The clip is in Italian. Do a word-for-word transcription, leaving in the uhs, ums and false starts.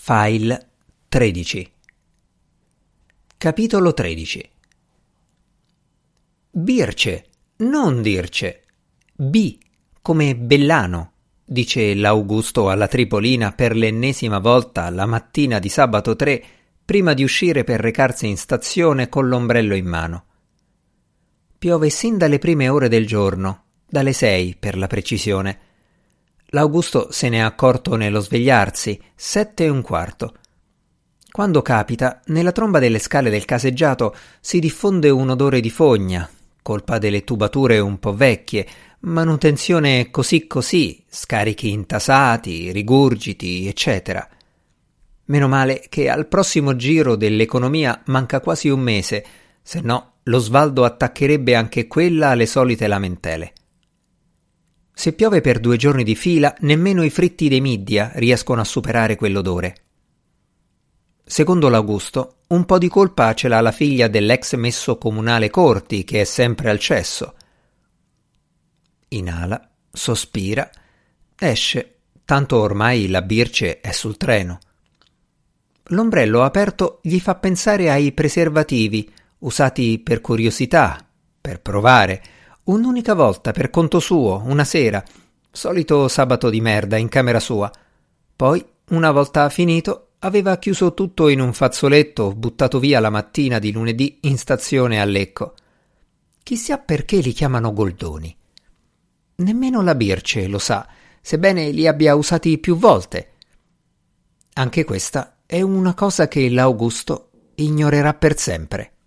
File tredici. Capitolo tredici. Birce, non dirce. B, come Bellano, dice l'Augusto alla Tripolina per l'ennesima volta la mattina di sabato tre, prima di uscire per recarsi in stazione con l'ombrello in mano. Piove sin dalle prime ore del giorno, dalle sei per la precisione. L'Augusto se n'è accorto nello svegliarsi, sette e un quarto. Quando capita, nella tromba delle scale del caseggiato si diffonde un odore di fogna, colpa delle tubature un po' vecchie, manutenzione così così, scarichi intasati, rigurgiti, eccetera. Meno male che al prossimo giro dell'economia manca quasi un mese, se no lo Svaldo attaccherebbe anche quella alle solite lamentele. Se piove per due giorni di fila, nemmeno i fritti dei Middia riescono a superare quell'odore. Secondo l'Augusto, un po' di colpa ce l'ha la figlia dell'ex messo comunale Corti, che è sempre al cesso. Inala, sospira, esce, tanto ormai la Birce è sul treno. L'ombrello aperto gli fa pensare ai preservativi, usati per curiosità, per provare, un'unica volta per conto suo, una sera, solito sabato di merda in camera sua. Poi, una volta finito, aveva chiuso tutto in un fazzoletto buttato via la mattina di lunedì in stazione a Lecco. Chissà perché li chiamano goldoni. Nemmeno la Birce lo sa, sebbene li abbia usati più volte. Anche questa è una cosa che l'Augusto ignorerà per sempre.